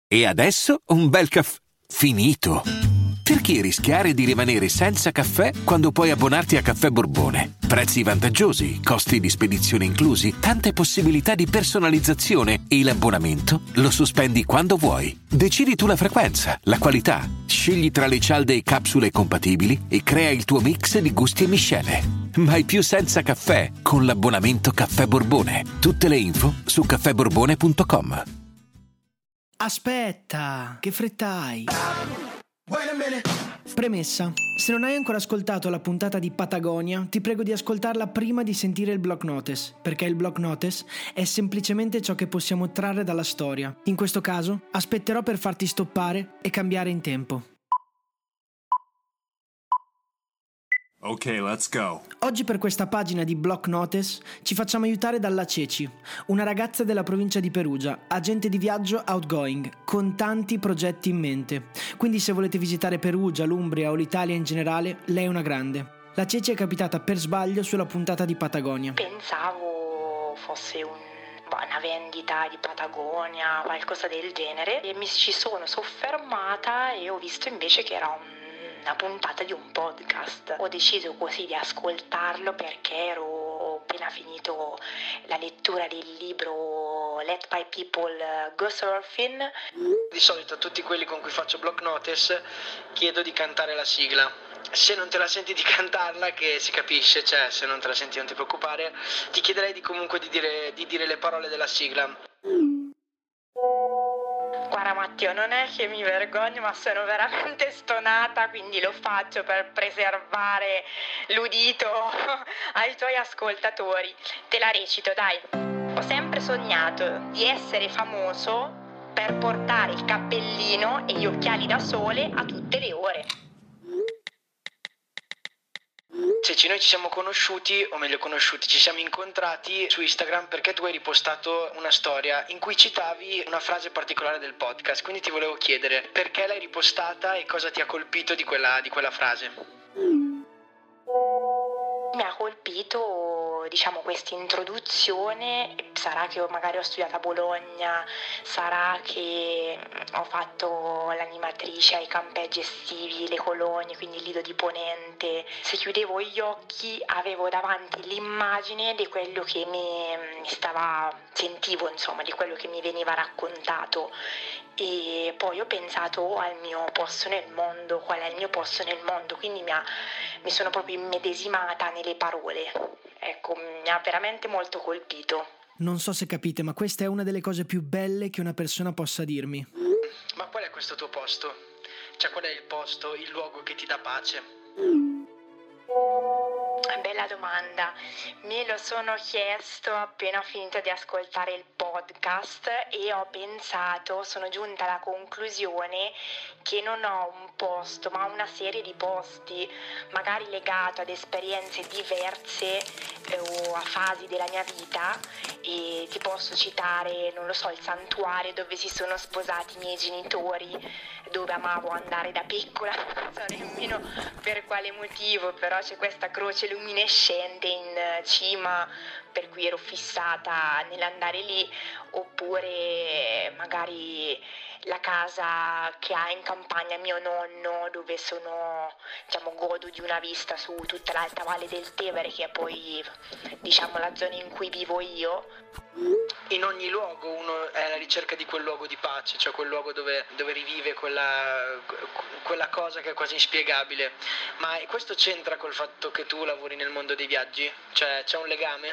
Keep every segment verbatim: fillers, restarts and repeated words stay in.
E adesso un bel caffè finito. Perché rischiare di rimanere senza caffè quando puoi abbonarti a Caffè Borbone? Prezzi vantaggiosi, costi di spedizione inclusi, tante possibilità di personalizzazione e l'abbonamento lo sospendi quando vuoi. Decidi tu la frequenza, la qualità, scegli tra le cialde e capsule compatibili e crea il tuo mix di gusti e miscele. Mai più senza caffè con l'abbonamento Caffè Borbone. Tutte le info su caffè borbone punto com. Aspetta, che fretta hai? Premessa: se non hai ancora ascoltato la puntata di Patagonia, ti prego di ascoltarla prima di sentire il block notice, perché il block notice è semplicemente ciò che possiamo trarre dalla storia. In questo caso, aspetterò per farti stoppare e cambiare in tempo. Ok, let's go. Oggi per questa pagina di Block Notice ci facciamo aiutare dalla Ceci, una ragazza della provincia di Perugia, agente di viaggio outgoing, con tanti progetti in mente. Quindi se volete visitare Perugia, l'Umbria o l'Italia in generale, lei è una grande. La Ceci è capitata per sbaglio sulla puntata di Patagonia. Pensavo fosse un... una vendita di Patagonia, qualcosa del genere, e mi ci sono soffermata e ho visto invece che era un una puntata di un podcast. Ho deciso così di ascoltarlo perché ero appena finito la lettura del libro Let My People Go Surfing. Di solito a tutti quelli con cui faccio block notice chiedo di cantare la sigla. Se non te la senti di cantarla, che si capisce, cioè se non te la senti non ti preoccupare, ti chiederei di comunque di dire, di dire le parole della sigla. Guarda Matteo, non è che mi vergogno, ma sono veramente stonata, quindi lo faccio per preservare l'udito ai tuoi ascoltatori. Te la recito, dai. Ho sempre sognato di essere famoso per portare il cappellino e gli occhiali da sole a tutte le ore. Ceci, noi ci siamo conosciuti, o meglio conosciuti, ci siamo incontrati su Instagram perché tu hai ripostato una storia in cui citavi una frase particolare del podcast, quindi ti volevo chiedere perché l'hai ripostata e cosa ti ha colpito di quella, di quella frase. Mi ha colpito, diciamo, questa introduzione. Sarà che magari ho studiato a Bologna, sarà che ho fatto l'animatrice ai campeggi estivi, le colonie, quindi il Lido di Ponente. Se chiudevo gli occhi avevo davanti l'immagine di quello che mi, mi stava, sentivo insomma, di quello che mi veniva raccontato. E poi ho pensato al mio posto nel mondo, qual è il mio posto nel mondo, quindi mi, ha, mi sono proprio immedesimata nelle parole. Ecco, mi ha veramente molto colpito. Non so se capite, ma questa è una delle cose più belle che una persona possa dirmi. Ma qual è questo tuo posto? Cioè, qual è il posto, il luogo che ti dà pace? Bella domanda, me lo sono chiesto appena ho finito di ascoltare il podcast e ho pensato, sono giunta alla conclusione che non ho un posto ma una serie di posti, magari legato ad esperienze diverse eh, o a fasi della mia vita, e ti posso citare, non lo so, il santuario dove si sono sposati i miei genitori, dove amavo andare da piccola, non so nemmeno per quale motivo, però c'è questa croce luminescente in cima per cui ero fissata nell'andare lì, oppure magari la casa che ha in campagna mio nonno, dove sono, diciamo, godo di una vista su tutta l'alta valle del Tevere, che è poi, diciamo, la zona in cui vivo io. In ogni luogo uno è alla ricerca di quel luogo di pace, cioè quel luogo dove, dove rivive quella, quella cosa che è quasi inspiegabile. Ma questo c'entra col fatto che tu lavori nel mondo dei viaggi? Cioè c'è un legame?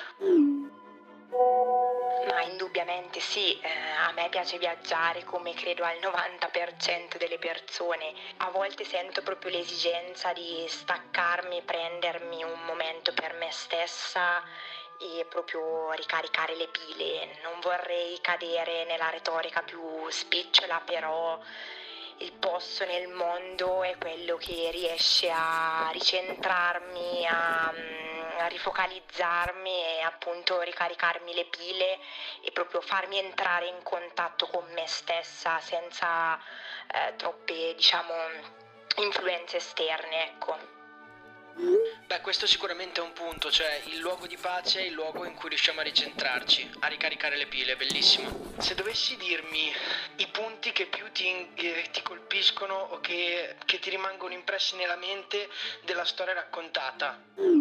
Ma indubbiamente sì, eh, a me piace viaggiare come credo al novanta per cento delle persone. A volte sento proprio l'esigenza di staccarmi, prendermi un momento per me stessa e proprio ricaricare le pile. Non vorrei cadere nella retorica più spicciola, però il posto nel mondo è quello che riesce a ricentrarmi, a, a rifocalizzarmi e appunto ricaricarmi le pile e proprio farmi entrare in contatto con me stessa senza eh, troppe, diciamo, influenze esterne, ecco. Beh, questo sicuramente è un punto, cioè il luogo di pace è il luogo in cui riusciamo a ricentrarci, a ricaricare le pile, bellissimo. Se dovessi dirmi i punti che più ti, eh, ti colpiscono o che, che ti rimangono impressi nella mente della storia raccontata?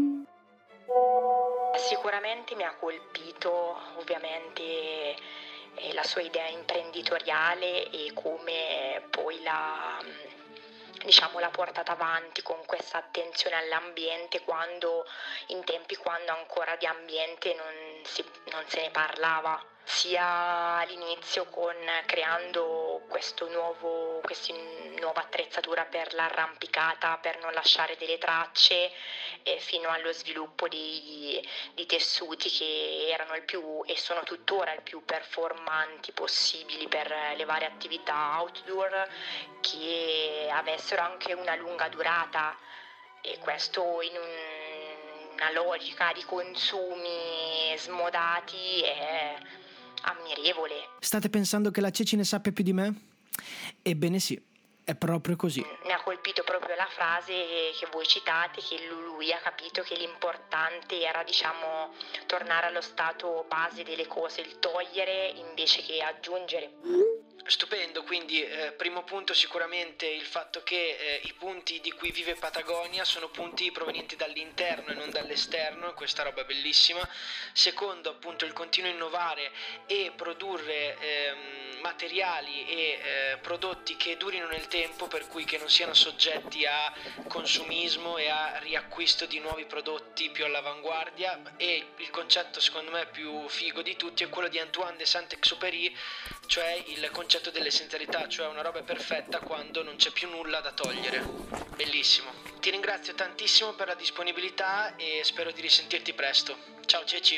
Sicuramente mi ha colpito ovviamente eh, la sua idea imprenditoriale e come poi la, diciamo, l'ha portata avanti con questa attenzione all'ambiente quando, in tempi quando ancora di ambiente non, si, non se ne parlava, sia all'inizio con creando questo nuovo, questa nuova attrezzatura per l'arrampicata per non lasciare delle tracce, e fino allo sviluppo di, di tessuti che erano il più e sono tuttora il più performanti possibili per le varie attività outdoor, che avessero anche una lunga durata, e questo in un, una logica di consumi smodati è ammirevole. State pensando che la Ceci ne sappia più di me? Ebbene sì, è proprio così. Mi ha colpito proprio la frase che voi citate, che lui ha capito che l'importante era, diciamo, tornare allo stato base delle cose, il togliere invece che aggiungere. Stupendo, quindi eh, primo punto sicuramente il fatto che eh, i punti di cui vive Patagonia sono punti provenienti dall'interno e non dall'esterno, e questa roba è bellissima. Secondo, appunto, il continuo innovare e produrre ehm, materiali e eh, prodotti che durino nel tempo, per cui che non siano soggetti a consumismo e a riacquisto di nuovi prodotti più all'avanguardia. E il concetto secondo me più figo di tutti è quello di Antoine de Saint-Exupéry, cioè il concetto dell'essenzialità, cioè una roba è perfetta quando non c'è più nulla da togliere. Bellissimo. Ti ringrazio tantissimo per la disponibilità e spero di risentirti presto. Ciao Ceci.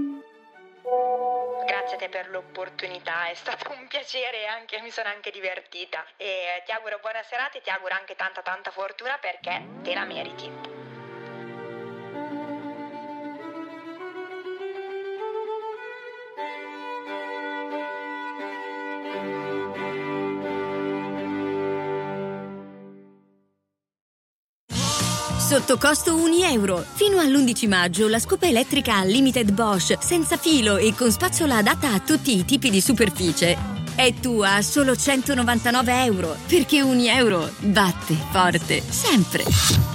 Grazie a te per l'opportunità, è stato un piacere e anche, mi sono anche divertita, e ti auguro buona serata e ti auguro anche tanta tanta fortuna perché te la meriti. Sotto costo un euro. Fino all'undici maggio la scopa elettrica Unlimited Bosch, senza filo e con spazzola adatta a tutti i tipi di superficie. È tua a solo centonovantanove euro, perché un euro batte forte sempre.